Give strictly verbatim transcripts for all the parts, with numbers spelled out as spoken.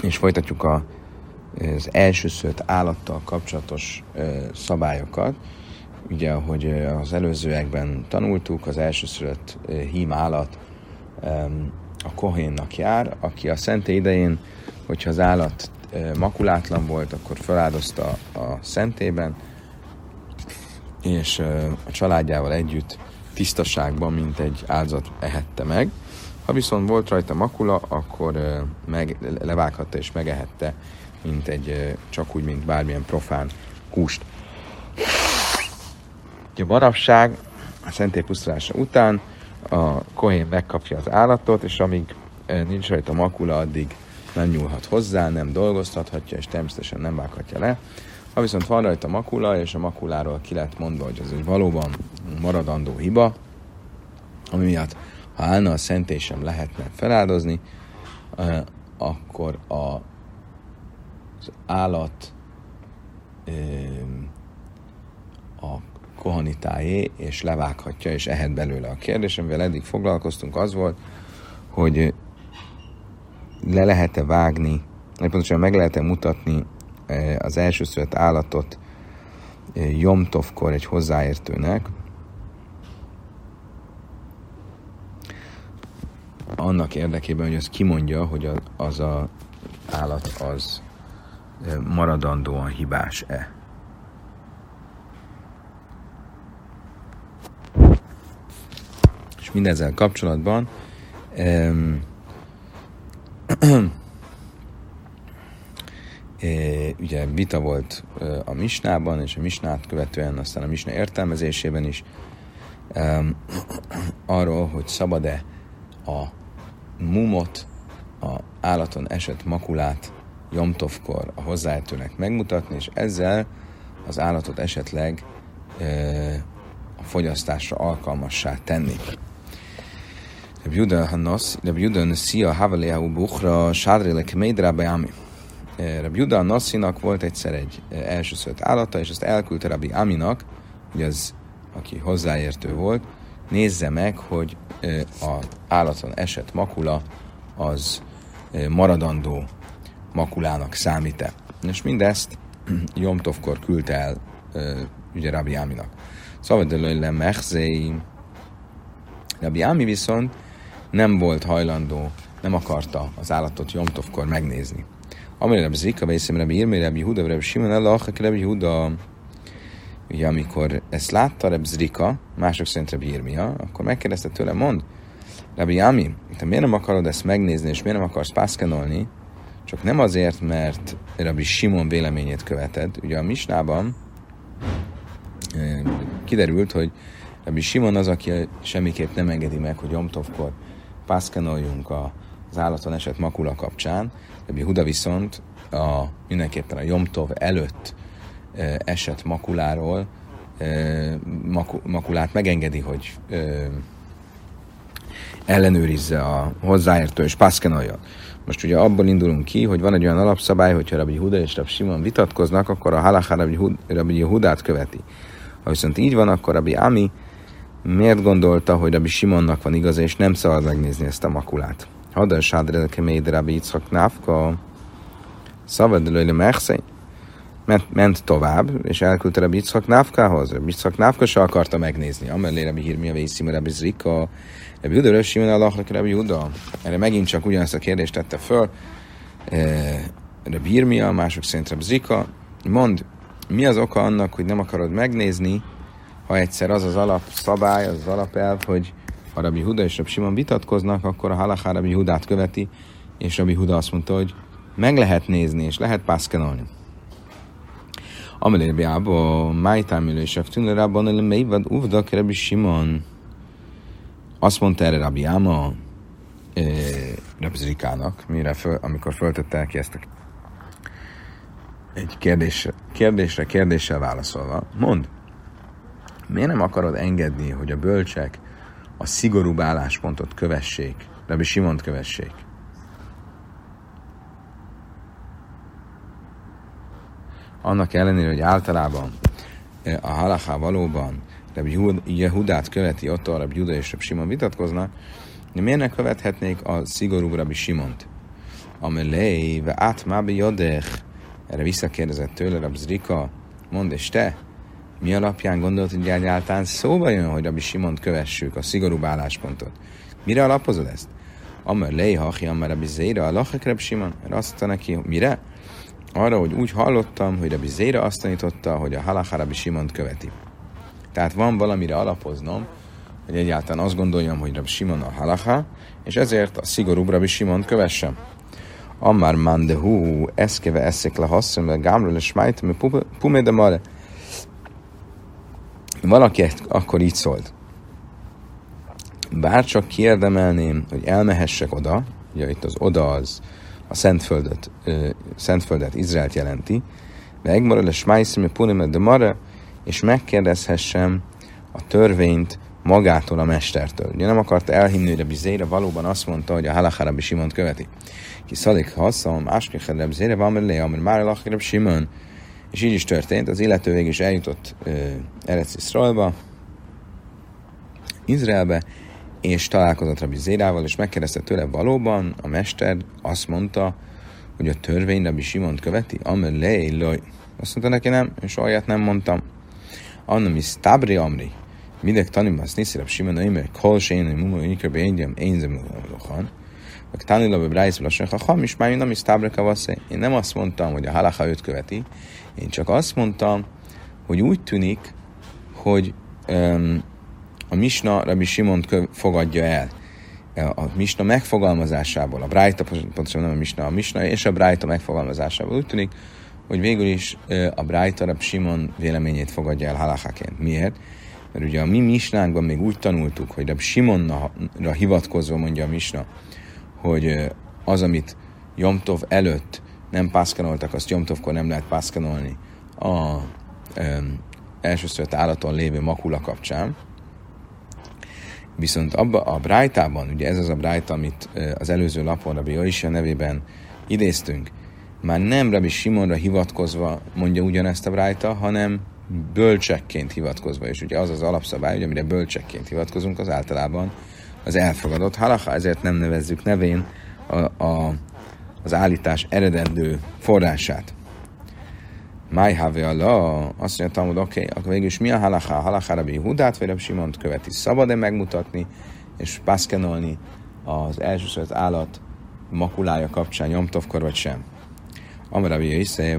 és folytatjuk a, az elsőszült állattal kapcsolatos szabályokat. Ugye, ahogy az előzőekben tanultuk, az elsőszülött hím állat a kohénnak jár, aki a szentély idején, hogyha az állat makulátlan volt, akkor feláldozta a szentélyben, és a családjával együtt tisztaságban, mint egy áldozat ehette meg. Ha viszont volt rajta makula, akkor meg, levághatta és megehette, mint egy, csak úgy, mint bármilyen profán húst. A manapság a szentély pusztulása után a kohén megkapja az állatot, és amíg nincs rajta makula, addig nem nyúlhat hozzá, nem dolgoztathatja, és természetesen nem vághatja le. Ha viszont van rajta makula, és a makuláról ki lett mondva, hogy az egy valóban maradandó hiba, ami miatt, ha állna a szentély sem lehetne feláldozni, akkor a, az állat a kohanitájé, és levághatja, és ehet belőle. A kérdés, amivel eddig foglalkoztunk, az volt, hogy le lehet-e vágni, vagy pontosan meg lehet-e mutatni az elsőszülött állatot Jom Tovkor egy hozzáértőnek, annak érdekében, hogy az kimondja, hogy az az állat az maradandóan hibás-e. És mindezzel kapcsolatban um, É, ugye vita volt a misnában, és a misnát követően aztán a misna értelmezésében is um, arról, hogy szabad-e a mumot, a állaton esett makulát Jom Tovkor a hozzáértőnek megmutatni, és ezzel az állatot esetleg e, a fogyasztásra alkalmassá tenni. Rabbi Juda Neszia Havaleahu Buchra Sádrélek Meidrá Beámi. Rabbi Juda Nasszinak volt egyszer egy elsőszült állata, és azt elküldte Rabbi Aminak, hogy az, aki hozzáértő volt, nézze meg, hogy az állaton esett makula az maradandó makulának számít-e. És mindezt Jom Tovkor küldte el ugye Rabbi Aminak. Szóval de mechzei. Rabbi Ami viszont nem volt hajlandó, nem akarta az állatot Jom Tovkor megnézni. Amire Rabbi Zrika, Vészem Rabbi Irmé, Rabbi Huda, Rabbi Simon, Ellachak, Rabbi Huda. Ugye amikor ezt látta Rabbi Zrika, mások szerint Rabbi Irmia, akkor megkérdezte tőle, mond, Rabbi Ami, te miért nem akarod ezt megnézni, és miért nem akarsz pászkenolni? Csak nem azért, mert Rabbi Simon véleményét követed. Ugye a misnában kiderült, hogy Rabbi Simon az, aki semmiképp nem engedi meg, hogy Jom Tovkor pászkenoljunk az állaton esett makula kapcsán. Rabbi Huda viszont a, mindenképpen a Jom Tov előtt e, esett makuláról e, maku, makulát megengedi, hogy e, ellenőrizze a hozzáértő és pászkenolja. Most ugye abból indulunk ki, hogy van egy olyan alapszabály, hogyha Rabbi Huda és Rabbi Simon vitatkoznak, akkor a halachá Rabbi, Hud, Rabbi Hudát követi. Ha viszont így van, akkor Rabbi Ami miért gondolta, hogy Rabbi Simonnak van igaza, és nem szabad megnézni ezt a makulát? Hadar sádrelke méd Rabbi Yitzchak Návka, szabadlőle mechszei. Ment, ment tovább, és elküldte Rabbi Yitzchak Návkához. Rabbi Yitzchak Návka se akarta megnézni. Amelé Rabbi Hirmia, Vészima, Rabbi Zrika, Rabbi Huda, Rabbi Simon, Ellachak, Rabbi Huda. Erre megint csak ugyanazt a kérdést tette föl. E, Rabbi Hirmia, mások szerint Rabbi Zrika. Mond, mi az oka annak, hogy nem akarod megnézni, ha egyszer az az alapszabály, az az alapelv, hogy ha Rabbi Huda és Rabbi Simon vitatkoznak, akkor a halachá Rabbi Hudát követi, és Rabbi Huda azt mondta, hogy meg lehet nézni, és lehet pászkenolni. Amelé Rabbi Ába, májtámülő és Eftünle Rabban, ele mélyvad uvdak Rabbi Simon. Azt mondta erre Rabbi Áma e, Rabbi Zrikának, mire föl, amikor föltette neki ezt a egy kérdésre, kérdésre, kérdéssel válaszolva. Mondd, miért nem akarod engedni, hogy a bölcsek a szigorúbb álláspontot kövessék, Rabbi Simont kövessék? Annak ellenére, hogy általában a halachá valóban Rabbi Jehudát követi, ott a Rabbi Juda és Rabbi Simon vitatkoznak, de miért ne követhetnék a szigorúbb Rabbi Simont? amelé, ve átmábi jodech. Erre visszakérdezett tőle Rab Zrika, mondd, és te, mi alapján gondolt, hogy egyáltalán szóba jön, hogy Rabbi Simont kövessük, a szigorúbb álláspontot? Mire alapozod ezt? Amelé, hachi, amar Rabbi Zéra, alachek Rab Simon. Erre azt mondta neki, mire? Arra, hogy úgy hallottam, hogy Rabbi Zéra azt tanította, hogy a halacha Rabbi Simont követi. Tehát van valamire alapoznom, hogy egyáltalán azt gondoljam, hogy Rabbi Simon a halacha, és ezért a szigorúbb Rabbi Simont kövessem. Amár mandehu, eszkeve eszek le hasszom, le gámra le smájtom, pumé de mare. Valaki akkor így szólt. Bár csak kiérdemelném, hogy elmehessek oda, ugye itt az oda az a Szentföldet, ö, Szentföldet, Izraelt jelenti, megmarad le smájtom, pumé de mare, és megkérdezhessem a törvényt magától a mestertől. Ugye nem akarta elhinni, hogy Rabbi Zéra valóban azt mondta, hogy a halacha Rabbi Simont követi. Ki szalik hasszam, áskekhed Rabbi Zéra, van mellé, amir már elachir Rabbi Simon. És így is történt, az illető végig is eljutott uh, Erec Iszraelba, Izraelbe, és találkozott Rabbi Zérával, és megkérdezte tőle valóban, a mester azt mondta, hogy a törvény Rabbi Simont követi, amir lej, loj. Azt mondta neki nem, és olyat nem mondtam. Annam is tabri amri. Mindek tanim azt niszi Rabbi Simon, hogy kol sén, hogy mumu, hogy körbe én énzem lochan. Meg tanulva be brájsz lassan, ha ham is már nem is tabri kavasze. Én nem azt mondtam, hogy a halacha őt követi. Én csak azt mondtam, hogy úgy tűnik, hogy um, a misna Rabbi Simont kö- fogadja el. A misna megfogalmazásából, a brájta, pontosan nem a misna, a misna és a brájta megfogalmazásából úgy tűnik, hogy végül is uh, a brájta Rabbi Simon véleményét fogadja el halachaként. Miért? Mert ugye a mi misnánkban még úgy tanultuk, hogy Rabbi Simonra hivatkozva mondja a misna, hogy az, amit Jom Tov előtt nem pászkanoltak, azt Jom Tovkor nem lehet pászkanolni a um, elsőszülött állaton lévő makula kapcsán. Viszont abba a brájtában, ugye ez az a brájta, amit az előző lapon Rabbi Joisia nevében idéztünk, már nem Rabbi Simonra hivatkozva mondja ugyanezt a brájta, hanem bölcsekként hivatkozva, és ugye az az alapszabály, hogy amire bölcsekként hivatkozunk, az általában az elfogadott halacha, ezért nem nevezzük nevén a, a, az állítás eredendő forrását. Májháve Allah, azt mondja Talmud, oké, okay, akkor végül is mi a halacha? A halacha Rabbi Hudát vagy Rabbi Simont követi? Szabad-e megmutatni és pászkenolni az elsőszülött állat makulája kapcsán Jom Tovkor vagy sem? Amar Rabbi Yoisei,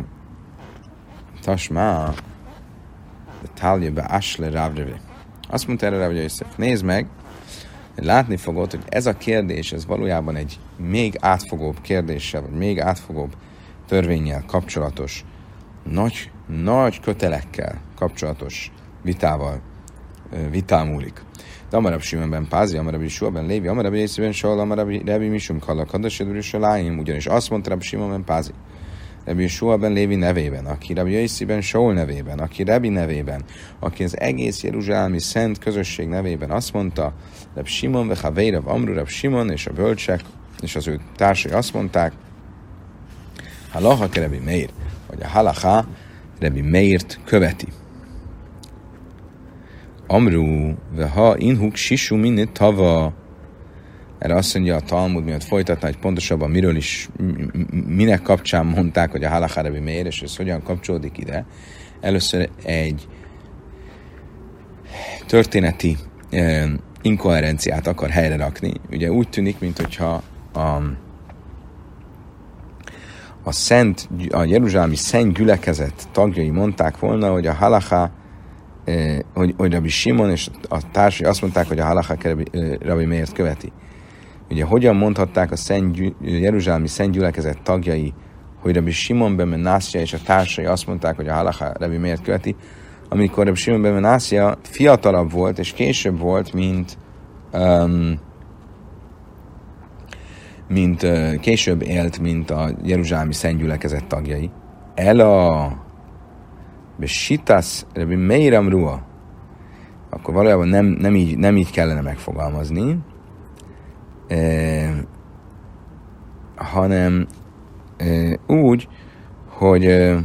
tasmá, Talje be asle Ravrevi. Azt mondta erre Rabbi Yoisei, nézd meg, látni fogod, hogy ez a kérdés, ez valójában egy még átfogóbb kérdéssel, vagy még átfogóbb törvénnyel kapcsolatos, nagy, nagy kötelekkel kapcsolatos vitával vitál múlik. De Amar Rabbi Simon ben Pázi, Amar Rabbi Yeshua ben Lévi, Amar Rabbi Yosi ben Saul, Amar Rabbi Mishum Kallak Hadased Saláim, ugyanis azt mondta Rabbi Simon ben Pázi, Rabbi Yeshua ben Lévi nevében, aki Rabbi Yosi ben Saul nevében, aki Rabbi nevében, aki az egész jeruzsálemi szent közösség nevében azt mondta, Rabbi Simon ve Haveirav Amru, Rabbi Simon és a bölcsek és az ő társai azt mondták, halacha ke Rabbi Meir, hogy a halacha Rabbi Meirt követi. Amru ve ha inhuk sisu minit tava. Erre azt mondja a Talmud, miatt folytatná, hogy pontosabban miről is, minek kapcsán mondták, hogy a halacha Rabbi Meir, és ez hogyan kapcsolódik ide. Először egy történeti eh, inkoherenciát akar helyre rakni. Ugye úgy tűnik, mintha a, a, szent, a jeruzsálemi szent gyülekezet tagjai mondták volna, hogy a halacha, eh, hogy, hogy Rabbi Simon és a társai azt mondták, hogy a halacha Rabbi, eh, Rabbi Meirt követi. Ugye hogyan mondhatták a szent, jeruzsálemi szent gyülekezet tagjai, hogy Rabbi Simon ben Menászia és a társai azt mondták, hogy a halacha Rabbi Meirt követi, amikor Rabbi Simon ben Menászia fiatalabb volt és később volt, mint um, mint uh, később élt, mint a jeruzsálemi szent gyülekezet tagjai. Ela besitasz Rabbi Meir amrua. Akkor valójában nem, nem, így, nem így kellene megfogalmazni, Eh, hanem eh, úgy, hogy eh,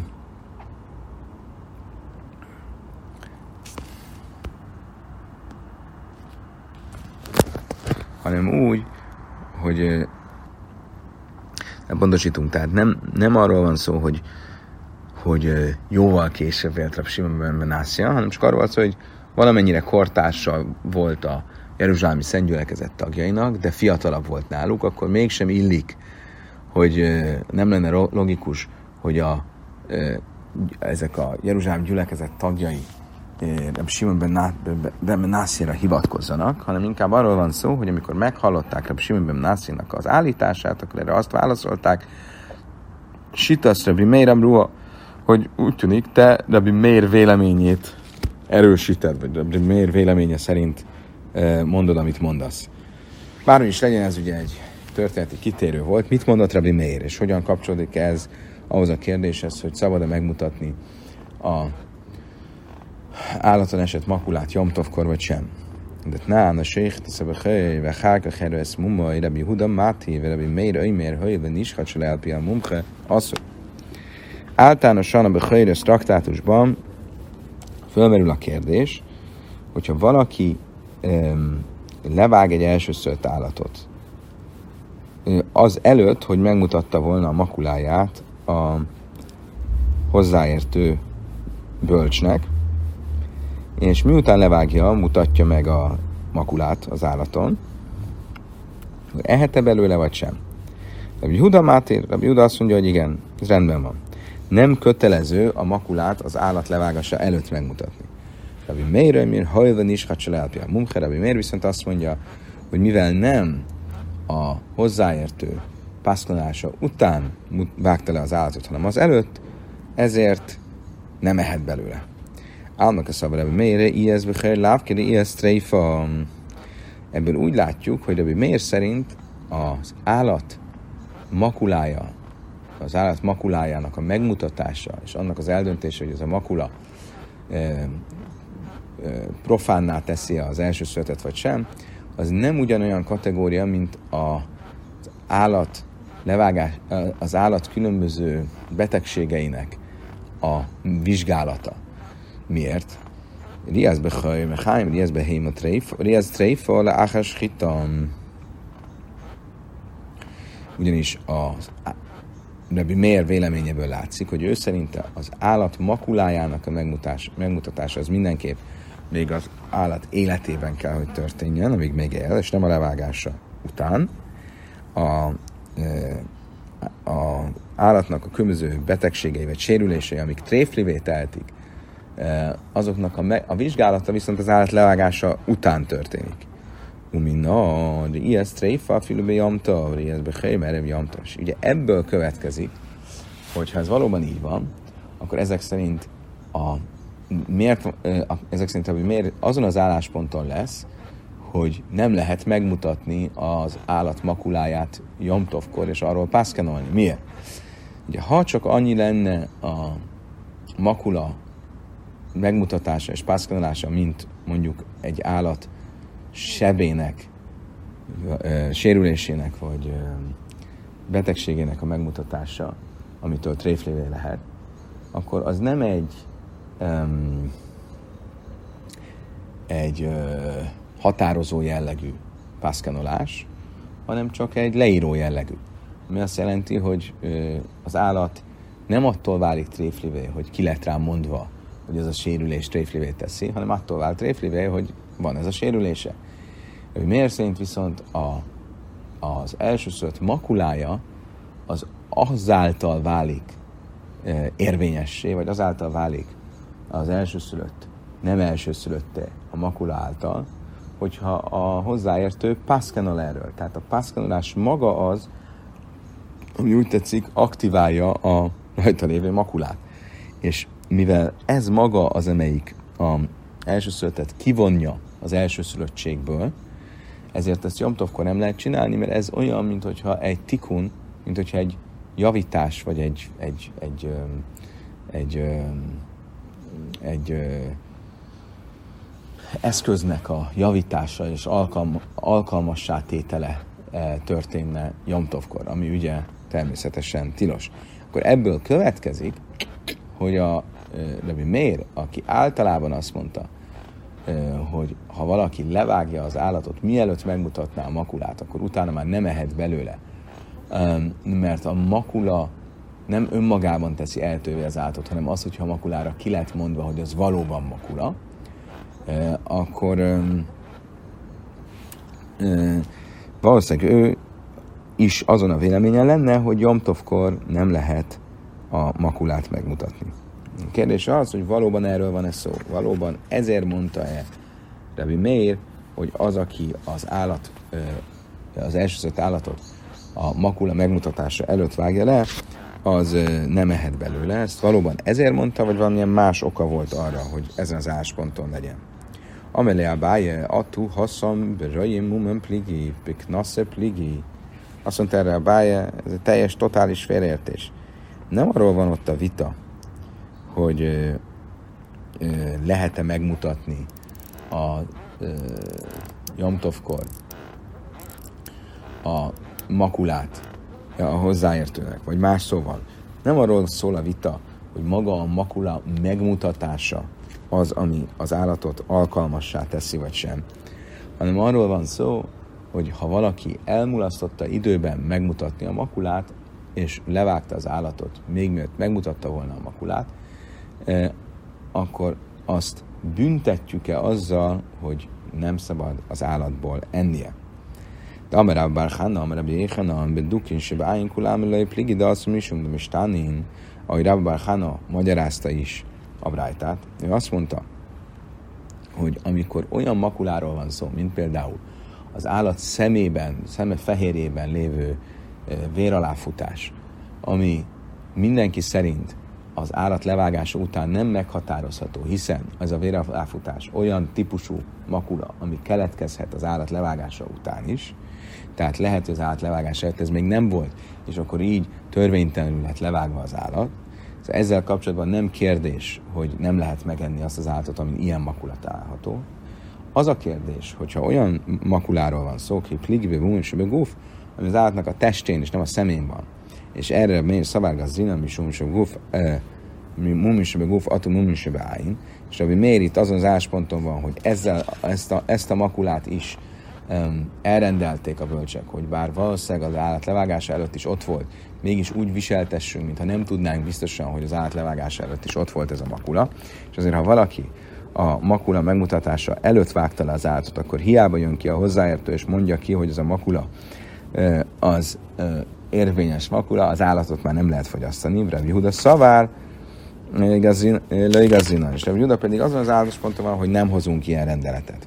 hanem úgy, hogy eh, pontosítunk. Tehát nem, nem arról van szó, hogy, hogy jóval később vélt Rab Simon ben Menászia, hanem csak arról van szó, hogy valamennyire kortársa volt a jeruzsálemi szentgyülekezet tagjainak, de fiatalabb volt náluk, akkor mégsem illik, hogy nem lenne logikus, hogy a, ezek a jeruzsálemi gyülekezet tagjai Rab Simon ben Menászira hivatkozzanak, hanem inkább arról van szó, hogy amikor meghallották Rab Simon ben Menászirnak az állítását, akkor erre azt válaszolták, Sitasz Rabbi Meir Amrua, hogy úgy tűnik, te Rabbi Meir véleményét erősíted, vagy Rabbi Meir véleménye szerint mondod, amit mondasz. Bármi is legyen, ez ugye egy történeti kitérő volt. Mit mondott Rabbi Meir, és hogyan kapcsolódik ez ahhoz a kérdéshez, hogy szabad-e megmutatni a állaton esett makulát Jomtovkor, vagy sem. De nán a séh teszebechej, ve hárka hervesz mumai, Rabbi Huda Máti, ve Rabbi Meir öjmér, höjve nishacsol elpi a mumche, az, általánosan a Bechejres traktátusban fölmerül a kérdés, hogyha valaki um, levág egy elsőszült állatot, az előtt, hogy megmutatta volna a makuláját a hozzáértő bölcsnek, és miután levágja, mutatja meg a makulát az állaton, ehet-e belőle, vagy sem. Rabbi Huda Mátér, Rabbi Huda azt mondja, hogy igen, ez rendben van. Nem kötelező a makulát az állat levágása előtt megmutatni. Rabbi Meir, mir hajvan is hatcsalálpja. Mumche Rabbi Meir viszont azt mondja, hogy mivel nem a hozzáértő pászkolása után vágta le az állatot, hanem az előtt, ezért nem ehet belőle. Álnak a szabad Rabbi Meir, ilyez becher lávkeri, ilyez treifa. Ebből úgy látjuk, hogy Rabbi Meir szerint az állat makulája, az állat makulájának a megmutatása, és annak az eldöntése, hogy ez a makula e, e, profánná teszi az első születet, vagy sem, az nem ugyanolyan kategória, mint az állat levágás, az állat különböző betegségeinek a vizsgálata. Miért? Riaz bechaj, mechaim, riaz behéma treif, riaz treifa le áhás hitam. Ugyanis az Rabbi Meir véleményéből látszik, hogy ő szerinte az állat makulájának a megmutatás, megmutatása az mindenképp még az állat életében kell, hogy történjen, amíg még él, és nem a levágása után. A, a állatnak a különböző betegségei vagy sérülései, amik tréflivé tehetik, azoknak a, me- a vizsgálata viszont az állat levágása után történik. Umina, de ilyes tréfa, filubé jamta, de ilyes behely, merev jamta. Ugye ebből következik, hogy ha ez valóban így van, akkor ezek szerint a miért, a, ezek szerint hogy miért azon az állásponton lesz, hogy nem lehet megmutatni az állat makuláját Jomtovkor, és arról pászkenolni. Miért? Ugye, ha csak annyi lenne a makula megmutatása és pászkanolása, mint mondjuk egy állat sebének, sérülésének, vagy betegségének a megmutatása, amitől tréflévé lehet, akkor az nem egy um, egy uh, határozó jellegű pászkanolás, hanem csak egy leíró jellegű. Ami azt jelenti, hogy uh, az állat nem attól válik tréflévé, hogy ki lett rá mondva, hogy ez a sérülés tréflévé teszi, hanem attól vált tréflévé, hogy van ez a sérülése. Miért szerint viszont a, az elsőszülött makulája az azáltal válik e, érvényessé, vagy azáltal válik az elsőszülött, nem elsőszülötté a makula által, hogyha a hozzáértő pászkenol erről. Tehát a pászkenolás maga az, ami úgy tetszik, aktiválja a rajta lévő makulát. És mivel ez maga az, amelyik az elsőszülöttet kivonja az elsőszülöttségből, ezért ezt Jomtovkor nem lehet csinálni, mert ez olyan, mintha egy tikun, mintha egy javítás, vagy egy egy, egy, egy, egy, egy, egy eszköznek a javítása és alkalm, alkalmassá tétele történne Jomtovkor, ami ugye természetesen tilos. Akkor ebből következik, hogy a Rabbi Meir, aki általában azt mondta, hogy ha valaki levágja az állatot, mielőtt megmutatná a makulát, akkor utána már nem ehet belőle. mert a makula nem önmagában teszi eltővé az állatot, hanem az, hogyha a makulára ki lett mondva, hogy az valóban makula, akkor valószínűleg ő is azon a véleményen lenne, hogy Jom Tovkor nem lehet a makulát megmutatni. A kérdés az, hogy valóban erről van-e szó. Valóban ezért mondta-e Rabbi Meir, hogy az, aki az állat, az elsőszött állatot a makula megmutatása előtt vágja le, az nem ehet belőle. Ezt valóban ezért mondta, vagy valamilyen más oka volt arra, hogy ezen az állásponton legyen. Amelé Abáje, atu haszam, berajim mumem pligi, piknasze pligi. Azt mondta erre Abáje, ez egy teljes, totális félreértés. Nem arról van ott a vita, hogy ö, ö, lehet-e megmutatni a ö, Jom Tovkor a makulát a hozzáértőnek, vagy más szóval. Nem arról szól a vita, hogy maga a makula megmutatása az, ami az állatot alkalmassá teszi, vagy sem, hanem arról van szó, hogy ha valaki elmulasztotta időben megmutatni a makulát, és levágta az állatot, még mielőtt megmutatta volna a makulát, eh, akkor azt büntetjük-e azzal, hogy nem szabad az állatból ennie. De amerab barchana, amerab jéhana, bedukin, sebe ájn kulám, lej pligi, de azt misum, de mistánin, ahogy Rabbi Barchana magyarázta is a brájtát, ő azt mondta, hogy amikor olyan makuláról van szó, mint például az állat szemében, szeme fehérjében lévő véraláfutás, ami mindenki szerint az állat levágása után nem meghatározható, hiszen ez a véraláfutás olyan típusú makula, ami keletkezhet az állat levágása után is, tehát lehet, hogy az állat levágása előtt ez még nem volt, és akkor így törvénytelenül lett levágva az állat. Szóval ezzel kapcsolatban nem kérdés, hogy nem lehet megenni azt az állatot, amin ilyen makula található. Az a kérdés, hogyha olyan makuláról van szó, hogy pligbe mumisbe guf, ami az állatnak a testén és nem a szemén van, és erre miért szavárga zina, mumisbe guf, mumisbe guf, atu mumisbe áin, és ami miért itt azon az állásponton van, hogy ezzel, ezt, a, ezt a makulát is um, elrendelték a bölcsek, hogy bár valószínűleg az állat levágása előtt is ott volt, mégis úgy viseltessünk, mintha nem tudnánk biztosan, hogy az állat levágása előtt is ott volt ez a makula, és azért, ha valaki a makula megmutatása előtt vágta le az állatot, akkor hiába jön ki a hozzáértő, és mondja ki, hogy ez a makula az érvényes makula, az állatot már nem lehet fogyasztani. Rabbi Yehuda szavár, leigazina, és Rabbi Yehuda pedig azon az állásponton van, hogy nem hozunk ilyen rendeletet.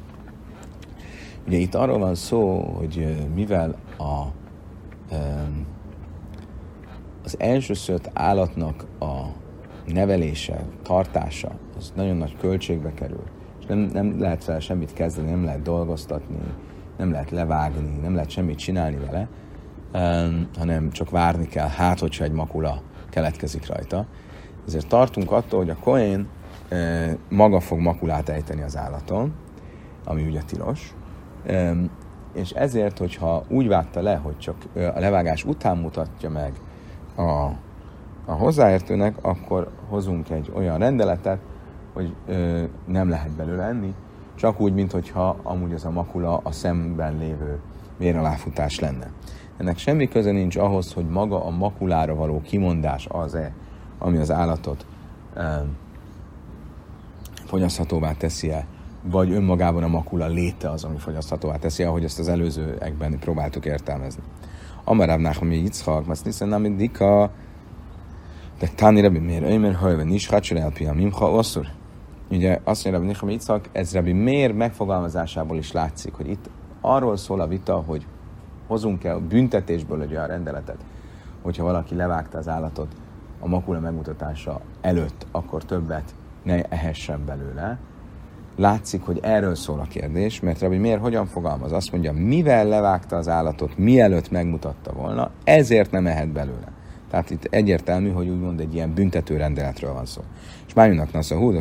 Ugye itt arról van szó, hogy mivel a, az elsőszült állatnak a nevelése, tartása, az nagyon nagy költségbe kerül, és nem, nem lehet vele semmit kezdeni, nem lehet dolgoztatni, nem lehet levágni, nem lehet semmit csinálni vele, um, hanem csak várni kell, hát, hogyha egy makula keletkezik rajta. Ezért tartunk attól, hogy a kohen uh, maga fog makulát ejteni az állaton, ami ugye tilos, um, és ezért, hogyha úgy vágta le, hogy csak uh, a levágás után mutatja meg a a hozzáértőnek, akkor hozunk egy olyan rendeletet, hogy ö, nem lehet belőle enni, csak úgy, mintha amúgy az a makula a szemben lévő véraláfutás lenne. Ennek semmi köze nincs ahhoz, hogy maga a makulára való kimondás az-e, ami az állatot ö, fogyaszthatóvá teszi-e, vagy önmagában a makula léte az, ami fogyaszthatóvá teszi, ahogy ezt az előzőekben próbáltuk értelmezni. Amarább Nachman Yitzchak, azt hiszem, nem dika, de Tani Rabbi Meir, Ömer Hajven is, Hacsere Alpia, Mimcha Oszur. Ugye azt mondja Rabbi Nachman Yitzchak, ez Rabbi Meir megfogalmazásából is látszik, hogy itt arról szól a vita, hogy hozunk-e a büntetésből egy olyan rendeletet, hogyha valaki levágta az állatot a makula megmutatása előtt, akkor többet ne ehessen belőle. Látszik, hogy erről szól a kérdés, mert Rabbi Meir hogyan fogalmaz? Azt mondja, mivel levágta az állatot, mielőtt megmutatta volna, ezért nem ehet belőle. Tehát itt egyértelmű, hogy úgymond egy ilyen büntető rendeletről van szó. És Májminak nasza hú,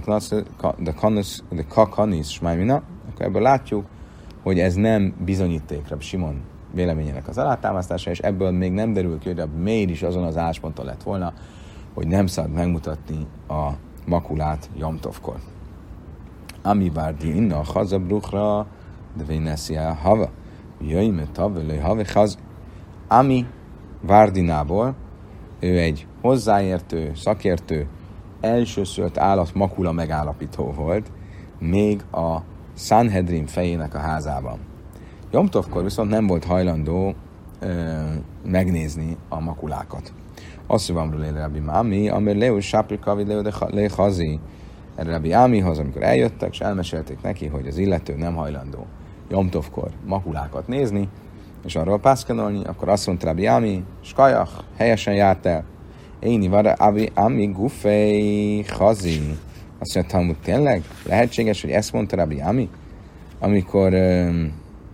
de kakanis Májmina, akkor ebből látjuk, hogy ez nem bizonyíték Rabbi Simon véleményének az alátámasztása, és ebből még nem derül ki, hogy Rabbi Meir is azon az állásponton lett volna, hogy nem szabad megmutatni a makulát Jom Tovkor. Ami várdi inna a hazabruchra, de véneszi a hava. Jöjj, mert tavaly hava haz. Ami Várdinából, ő egy hozzáértő, szakértő, elsőszült állat makula megállapító volt, még a Sanhedrin fejének a házában. Jom Tovkor viszont nem volt hajlandó ö, megnézni a makulákat. Azt mondom, hogy Rabbi Ami, amely Leo Sáprika, vagy Leo de Hazi, erre Rabbi Amihoz, amikor eljöttek, és elmesélték neki, hogy az illető nem hajlandó Jom Tovkor makulákat nézni, és arról pászkanolni, akkor azt mondta Rabbi Ami, skajach, helyesen járt el. Éni vara Rabbi Ami gufei Hazi. Azt mondta, Talmud, tényleg lehetséges, hogy ezt mondta Rabbi Ami? Amikor öm,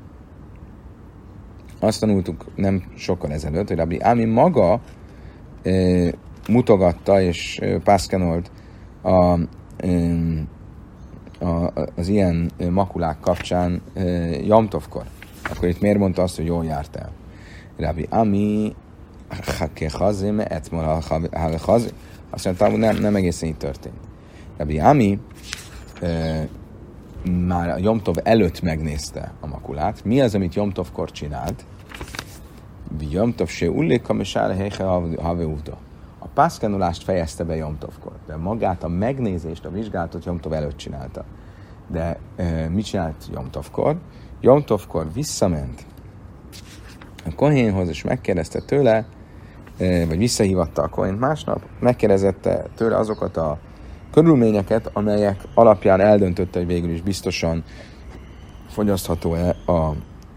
azt tanultuk nem sokkal ezelőtt, hogy Rabbi Ami maga ö, mutogatta és ö, pászkanolt a, ö, a, az ilyen makulák kapcsán Jom Tovkor. Akkor itt miért mondta azt, hogy jól járt el? Rabbi Ami Hazi me etmol Hazi. Azt mondta, nem, nem egészen így történt. Rabbi Ami e, már a Jom Tov előtt megnézte a makulát. Mi az, amit Jom Tovkor csinált? Jom Tov se ulléka me sára heiche have uvda. A pászkanolást fejezte be Jom Tovkor, de magát a megnézést, a vizsgálatot Jom Tov előtt csinálta. De e, mit csinált Jom Tovkor? Jom Tovkor visszament a kohénhoz, és megkérdezte tőle, e, vagy visszahívatta a kohént másnap, megkérdezette tőle azokat a körülményeket, amelyek alapján eldöntötte, hogy végül is biztosan fogyasztható-e a,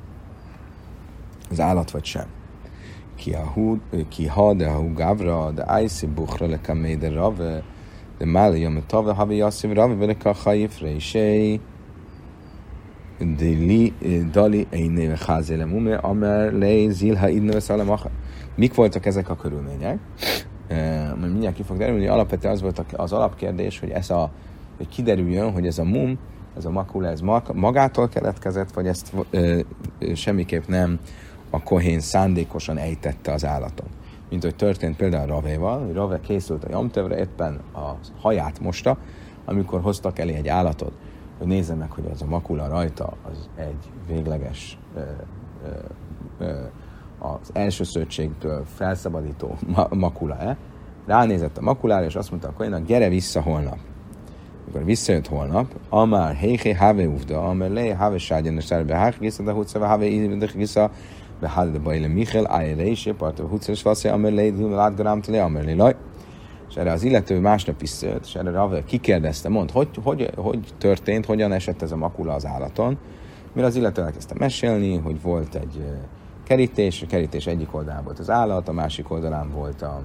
az állat, vagy sem. Ki a hú, ki ha, de a hú gavra, de ájszi buchra, le kamé, de rave, de máli, jom tave, havi jasszív, rave, vele ka haif, rejsei, de li, dali, einéve házéle mume, amer, lej, zilha, idnöve, szalamacha. Mik voltak ezek a körülmények? Majd mindjárt ki fog derülni, alapvetően az volt az alapkérdés, hogy ez a, hogy kiderüljön, hogy ez a mum, ez a makula, ez magától keletkezett, vagy ezt ö, ö, semmiképp nem a kohén szándékosan ejtette az állaton. Mint hogy történt például Ravéval, hogy Rave készült a Jom Tovra, éppen a haját mosta, amikor hoztak elé egy állatot, hogy nézze meg, hogy az a makula rajta az egy végleges ö, ö, ö, az elsőszültségtől felszabadító makula-e. Ránézett a makulára, és azt mondta a kohénnak, gyere vissza holnap. Amikor visszajött holnap, amár heiché have uvda, amár lej have sárgyan, és sárbe hák gissza, de húcsa, have ízve gissza, be hade de bajle Michel, ájre is, partra húcsa, és vasszja, amár lej, dúl, látgarámtele, amár lej, laj. És erre az illető másnap visszajött, és erre Rave kikérdezte, mond, hogy, hogy, hogy történt, hogyan esett ez a makula az állaton. Mire az illető elkezdte mesélni, hogy volt egy kerítés, a kerítés egyik oldalán volt az állat, a másik oldalán volt, a,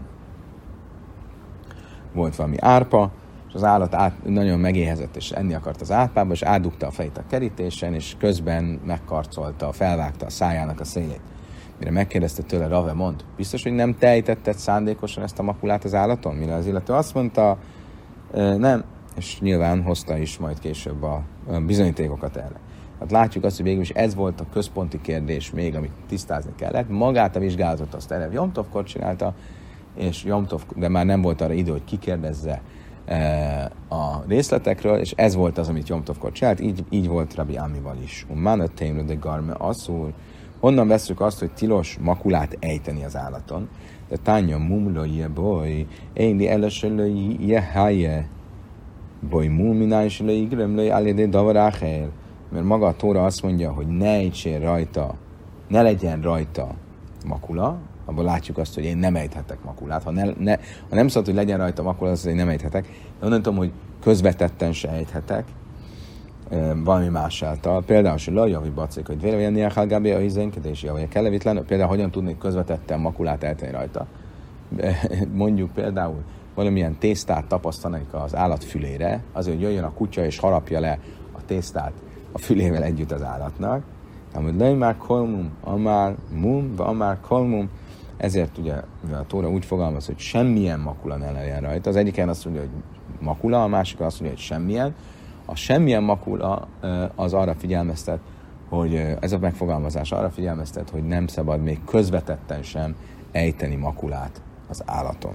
volt valami árpa, és az állat át, nagyon megéhezett, és enni akart az árpába, és átdugta a fejét a kerítésen, és közben megkarcolta, felvágta a szájának a szélét. Mire megkérdezte tőle, Rave, mond, biztos, hogy nem te ejtetted szándékosan ezt a makulát az állaton? Mire az illető azt mondta, nem, és nyilván hozta is majd később a bizonyítékokat erre. Hát látjuk azt, hogy végül is ez volt a központi kérdés még, amit tisztázni kellett. Magát a vizsgálatot azt eleve Jom Tovkor csinálta, és Jom Tovkor, de már nem volt arra idő, hogy kikérdezze e, a részletekről, és ez volt az, amit Jom Tovkor csinált, így, így volt Rabbi Amival is. Umánat témlő de garme asszul. Honnan veszük azt, hogy tilos makulát ejteni az állaton? De tánya mumlóje boly, énli elesölője háje, boly mumminájsölője, grömlője, alédé davaráhél. Mert maga a Tóra azt mondja, hogy ne ejtsél rajta, ne legyen rajta makula, abban látjuk azt, hogy én nem ejthetek makulát. Ha, ne, ne, ha nem szólt, hogy legyen rajta makula, az, hogy én nem ejthetek. De onnan tudom, hogy közvetetten se ejthetek, e, valami más által. Például, hogy lajja, hogy bacék, hogy vére venni a halgábé a hizenkedési, vagy a kellevitlen. Például, hogyan tudnék közvetetten makulát ejteni rajta. Mondjuk például valamilyen tésztát tapasztanak az állat fülére, azért, hogy jöjjön a kutya és harapja le a tésztát a fülével együtt az állatnak. Amúgy lej már kolmum, amár mum, vagy amár kolmum. Ezért ugye a Tóra úgy fogalmaz, hogy semmilyen makula ne legyen rajta. Az egyiken azt mondja, hogy makula, a másik azt mondja, hogy semmilyen. A semmilyen makula az arra figyelmeztet, hogy ez a megfogalmazás arra figyelmeztet, hogy nem szabad még közvetetten sem ejteni makulát az állaton.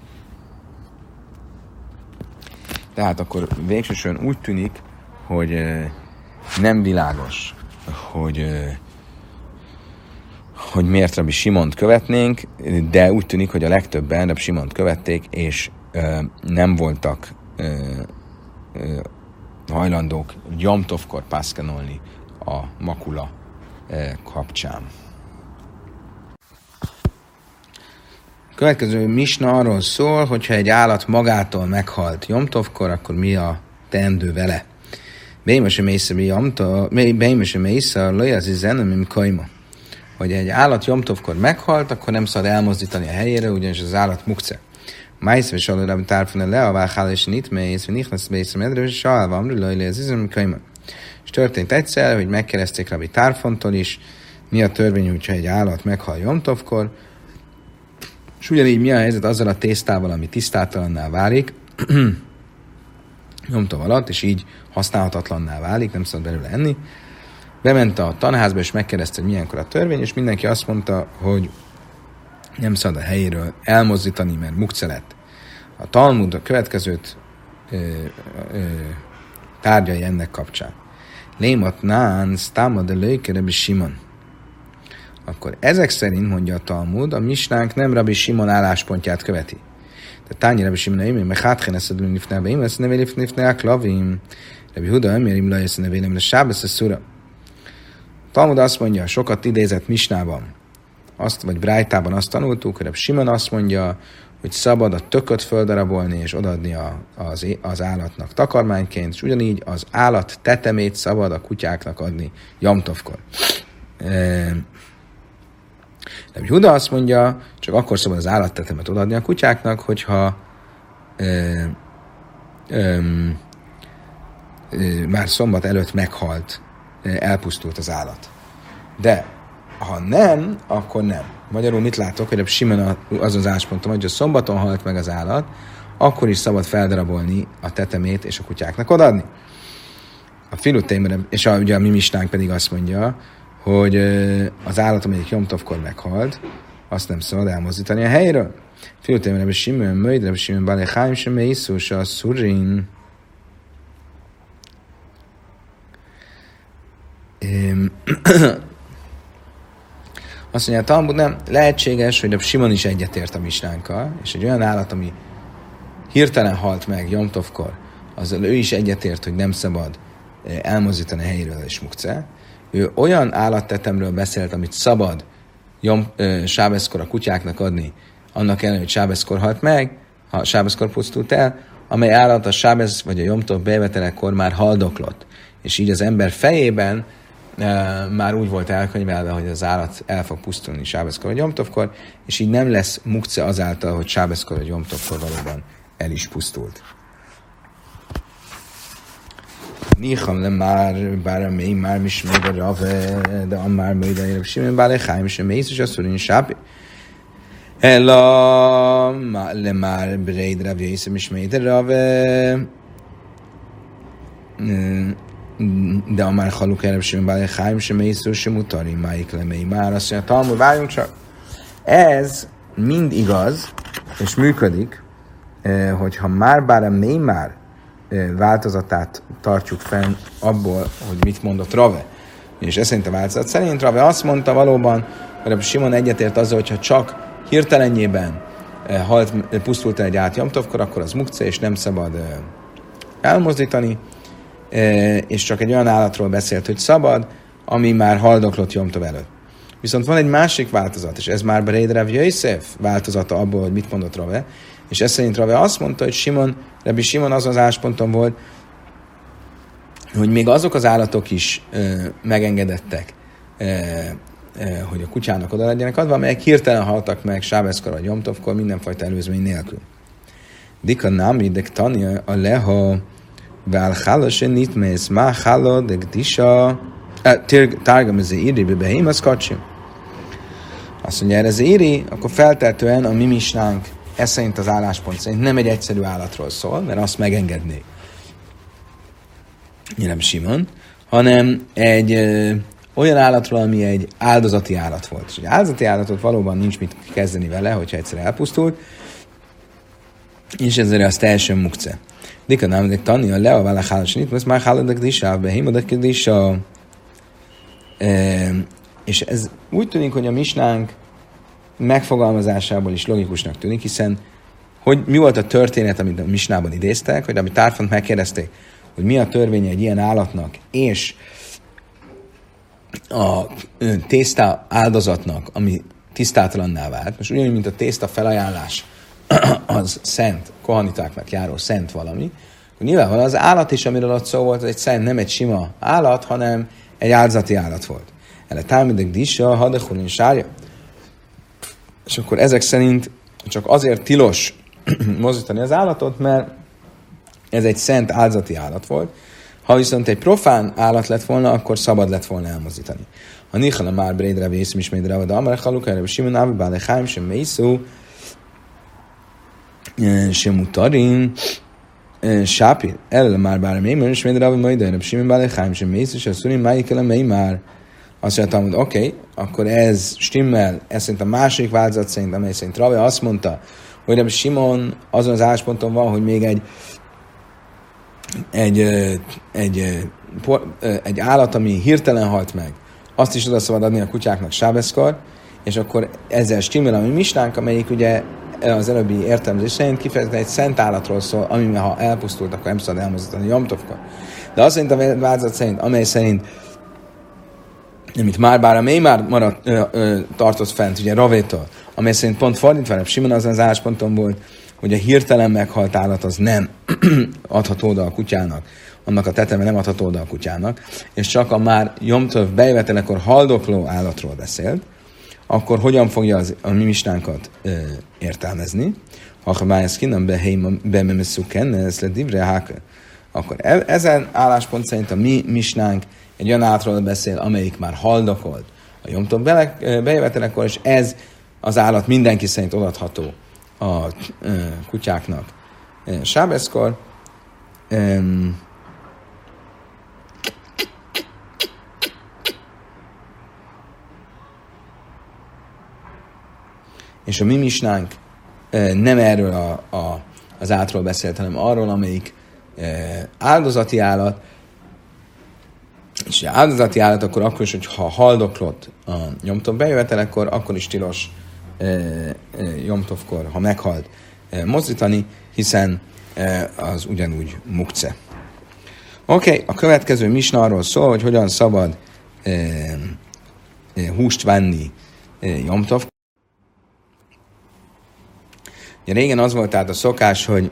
Tehát akkor végsősorban úgy tűnik, hogy nem világos, hogy, hogy miért Rabbi Simont követnénk, de úgy tűnik, hogy a legtöbben Rabbi Simont követték, és ö, nem voltak ö, ö, hajlandók Jom Tovkor pászkenolni a makula ö, kapcsán. A következő misna arról szól, hogyha egy állat magától meghalt Jom Tovkor, akkor mi a teendő vele? Beimesem észre, beimesem észre, lojazi zenemim kajma. Hogy egy állat Jom Tovkor meghalt, akkor nem szabad elmozdítani a helyére, ugyanis az állat mukce. Májszve salóra tárfone le, a váhál és nitmész, vagy nichnasz bészre medre, és salva amri lojli az izem kajma. És történt egyszer, hogy megkereszték Rabbi Tárfontól is, mi a törvény, hogyha egy állat meghal Jom Tovkor, és ugyanígy mi a helyzet azzal a tésztával, ami tisztátalanná válik, Jom Tov alatt, és így használhatatlanná válik, nem szabad belőle enni. Bement a tanházba, és megkérdezte, hogy milyenkor a törvény, és mindenki azt mondta, hogy nem szabad a helyéről elmozdítani, mert mukce lett. A Talmud a következőt ö, ö, tárgyai ennek kapcsán. Lémat nán, sztámad a lőke Rabbi Simon. Akkor ezek szerint, mondja a Talmud, a misnánk nem Rabbi Simon álláspontját követi. Tehát tányi Rabbi Simon a imén, meg hátkhén eszedül nifnál be, imén, ezt nevé nifnál klavim. Rabbi Huda ömérim la jössz nevélem, de sábesz a szura. Talmud azt mondja, sokat idézett misnában, azt, vagy Brájtában azt tanultuk, hogy Rabbi Simon azt mondja, hogy szabad a tököt földarabolni és odaadni a, az, az állatnak takarmányként, és ugyanígy az állat tetemét szabad a kutyáknak adni Jom Tovkor. Rabbi Huda azt mondja, csak akkor szabad az állattetemet odaadni a kutyáknak, hogyha ö, ö, ö, már szombat előtt meghalt, elpusztult az állat. De ha nem, akkor nem. Magyarul mit látok, hogy a Simon az az álláspontom, hogy a szombaton halt meg az állat, akkor is szabad feldarabolni a tetemét és a kutyáknak odaadni. A filutémre, és a, ugye a mi misnánk pedig azt mondja, hogy az állat, amelyik Jom Tovkor meghalt, azt nem szabad elmozdítani a helyről. Filutémre, Rabbi Simon, Möjd, Rabbi Simon, Balé Chaim, Sem, Meiszus, a Szurin. Azt mondja, a Talmud nem lehetséges, hogy a Simon is egyetért a misnánkkal, és egy olyan állat, ami hirtelen halt meg Jom Tovkor, azzal ő is egyetért, hogy nem szabad elmozdítani a helyéről és mukce. Ő olyan állattetemről beszélt, amit szabad Jom, ö, sábeszkor a kutyáknak adni, annak ellenére, hogy sábeszkor halt meg, ha sábeszkor pusztult el, amely állat a sábesz vagy a Jom Tov bejövetelekor már haldoklott. És így az ember fejében e, már úgy volt elkönyvelve, hogy az állat el fog pusztulni sábeszkor vagy Jom Tovkor, és így nem lesz mukce azáltal, hogy sábeszkor vagy Jom Tovkor valóban el is pusztult. Nicham le már, bár a mély már misméd a rave, de a már mély, de a simén bár lechaim, sem mész, és azt mondja, sápi. Ela le már breid rave, és misméd a rave, de a már haluk erre, sem bár lechaim, sem mész, sem utari, máik le mély már. Azt mondja, Talmud, várjunk csak. Ez mind igaz, és működik, hogyha már bár a mély már változatát tartjuk fenn abból, hogy mit mondott Rave. És ez szerint a változat szerint Rave azt mondta valóban, hogy a Simon egyetért azzal, hogyha csak hirtelenjében halt, pusztult el egy át Jom Tovkor, akkor az mukce, és nem szabad elmozdítani, és csak egy olyan állatról beszélt, hogy szabad, ami már haldoklott Jom Tov előtt. Viszont van egy másik változat, és ez már Bereid Rav Yosef változata abból, hogy mit mondott Rave, és ez szerint Rave azt mondta, hogy Simon, Rabbi Simon azon az állásponton volt, hogy még azok az állatok is ö, megengedettek, ö, ö, hogy a kutyának oda legyenek adva, amelyek hirtelen haltak meg sábeszkor vagy Jom Tovkor mindenfajta előzmény nélkül. Dika nami dek tanya a leha vál chalosen nitmész má chalo dek disha tárgam ez iri bebeheim az kacsim. Azt mondja, erre ez iri, akkor felteltően a mi misnánk ez szerint az álláspont szerint nem egy egyszerű állatról szól, mert azt megengednék. Nem Simon, hanem egy ö, olyan állatról, ami egy áldozati állat volt. És egy áldozati állatot valóban nincs mit kezdeni vele, hogyha egyszer elpusztult, és ezzel az teljesen mukce. Dika nem, de tanni a lea vele hálasinit, mert már háladek disá, behímadek disá. És ez úgy tűnik, hogy a misnánk megfogalmazásából is logikusnak tűnik, hiszen hogy mi volt a történet, amit a misnában idéztek, hogy amit Tárfont megkérdezték, hogy mi a törvénye egy ilyen állatnak, és a tészta áldozatnak, ami tisztátalanná vált. Most ugyanúgy, mint a tészta felajánlás, az szent, kohanitáknak járó szent valami, hogy nyilvánvalóan az állat is, amiről ott szó volt, az egy szent, nem egy sima állat, hanem egy áldozati állat volt. Ele támidek disa, hadechulin sárja. És akkor ezek szerint csak azért tilos mozdítani az állatot, mert ez egy szent áldozati állat volt. Ha viszont egy profán állat lett volna, akkor szabad lett volna elmozdítani. Ha nichala már brédre vészim is médre, de amare haluk erre, simon ávi bálechaim, sem mészú, sem utarin, sápir, erre már bár mémör, és médre, hogy majd erre, simon bálechaim, sem mészú, sem szurin, májikele mémár. Azt mondta, hogy oké, okay, akkor ez stimmel, ez szerint a második változat szerint, amely szerint Rave azt mondta, hogy Rabbi Simon azon az állásponton van, hogy még egy egy, egy, egy állat, ami hirtelen halt meg, azt is oda szabad adni a kutyáknak sábeszkor, és akkor ezzel stimmel a mi misnánk, amelyik ugye az előbbi értelmezés szerint kifejezetten egy szent állatról szól, ami ha elpusztult, akkor nem szabad elmozdítani Jomtovkor. De azt szerint a változat szerint, amely szerint amit már bár a mély már maradt, ö, ö, tartott fent, ugye Ravétól, amely szerint pont fordítva, Simon azon az állásponton volt, hogy a hirtelen meghalt állat az nem adható oda a kutyának, annak a teteme nem adható oda a kutyának, és csak a már Jomtov bejövetelekor haldokló állatról beszélt, akkor hogyan fogja az, a mi misnánkat ö, értelmezni? Ha bájesz kinnem bememesszúken, ez le divre hák. Akkor e, ezen álláspont szerint a mi misnánk egy olyan állatról beszél, amelyik már haldokolt a Jomtov bejövetelekor, és ez az állat mindenki szerint odaadható a ö, kutyáknak sábeszkor. Um, és a mi misnánk ö, nem erről a, a, az állatról beszélt, hanem arról, amelyik ö, áldozati állat, és ha áldozati állat, akkor akkor is, hogyha haldoklott a Jomtov bejövetelekor, akkor is tilos e, e, Jomtovkor, ha meghalt, e, mozdítani, hiszen e, az ugyanúgy mukce. Oké, okay, a következő misna arról szól, hogy hogyan szabad e, e, húst venni e, Jomtovkor. Ja, régen az volt tehát a szokás, hogy,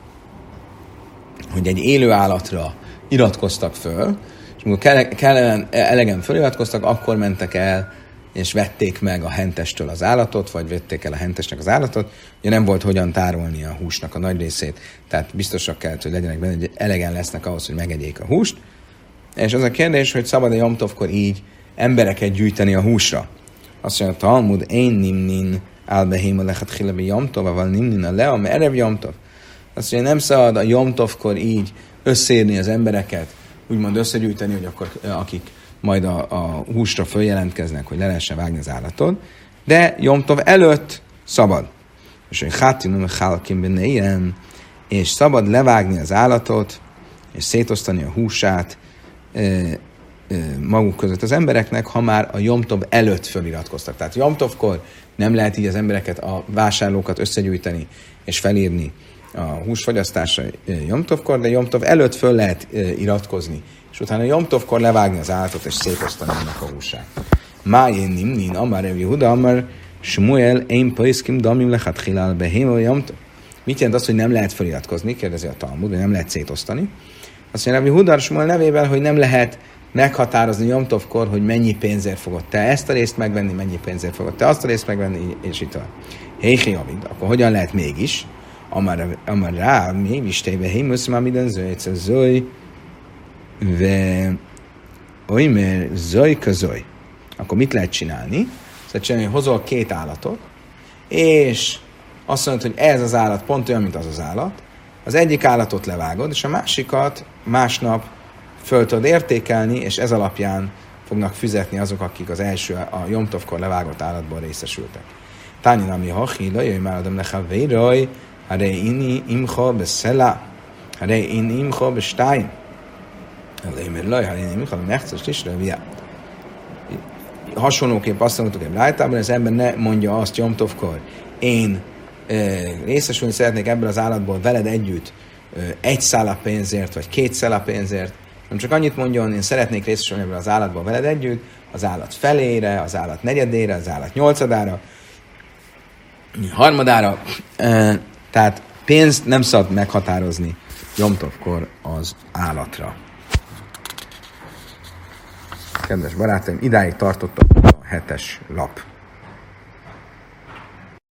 hogy egy élő állatra iratkoztak föl, és amikor kellene, elegen föliratkoztak, akkor mentek el, és vették meg a hentestől az állatot, vagy vették el a hentesnek az állatot. Ugye nem volt hogyan tárolni a húsnak a nagy részét, tehát biztosak kellett, hogy legyenek benne, hogy elegen lesznek ahhoz, hogy megegyék a húst. És az a kérdés, hogy szabad-e Jomtovkor így embereket gyűjteni a húsra. Azt mondja, a Talmud, én nimnin álbehéma lechat chilebi Jomtov, aval nimnin a lea, merev Jomtov. Azt mondja, nem szabad a Jomtovkor így összeérni az embereket, úgymond összegyűjteni, hogy akkor akik majd a, a húsra följelentkeznek, hogy le lehessen vágni az állatot, de Jomtov előtt szabad. És hogy hátinum hálkim benne ilyen, és szabad levágni az állatot, és szétosztani a húsát e, e, maguk között az embereknek, ha már a Jomtov előtt föliratkoztak. Tehát Jomtovkor nem lehet így az embereket, a vásárlókat összegyűjteni és felírni a húsfogyasztásra Jomtovkor, de Jomtov előtt föl lehet e, iratkozni, és utána Jomtovkor levágni az állatot, és szétosztani annak a húsát. Májén nimnin, amár Rev Yehuda, amár Shmuel, én paiszkim damim lechat hilál behéma Jomtov. Mit jelent az, hogy nem lehet feliratkozni, kérdezi a Talmud, vagy nem lehet szétosztani? Azt mondja, Rev Yehuda Shmuel nevével, hogy nem lehet meghatározni Jomtovkor, hogy mennyi pénzért fogod te ezt a részt megvenni, mennyi pénzért fogod te azt a részt megvenni, és itt van. Héhi Javid, akkor hogyan lehet mégis? Amar rá, mi vistébe, hé, muszma minden zöj, egyszer zöj, ve oimer zöj közöj. Akkor mit lehet csinálni? Szóval csinálni, hogy hozol két állatot, és azt mondod, hogy ez az állat pont olyan, mint az az állat. Az egyik állatot levágod, és a másikat másnap föl tudod értékelni, és ez alapján fognak fizetni azok, akik az első, a Jomtovkor levágott állatból részesültek. Tányi nami hachi, lajjaj már adom lecha véraj, hare inni imcha beszela, hare inni imcha bestájn. Lajjaj, hare inni imcha bemechces tisra, via. hasonlóképp azt mondtuk egy lájtában, az ember ne mondja azt Jomtovkor, én e, részesülni szeretnék ebből az állatból veled együtt e, egy szála pénzért, vagy két szála pénzért, nem csak annyit mondjon, én szeretnék részesülni ebből az állatból veled együtt, az állat felére, az állat negyedére, az állat nyolcadára, harmadára, e, tehát pénzt nem szabad meghatározni Jomtovkor az állatra. Kedves barátaim, idáig tartottak a hetes lap.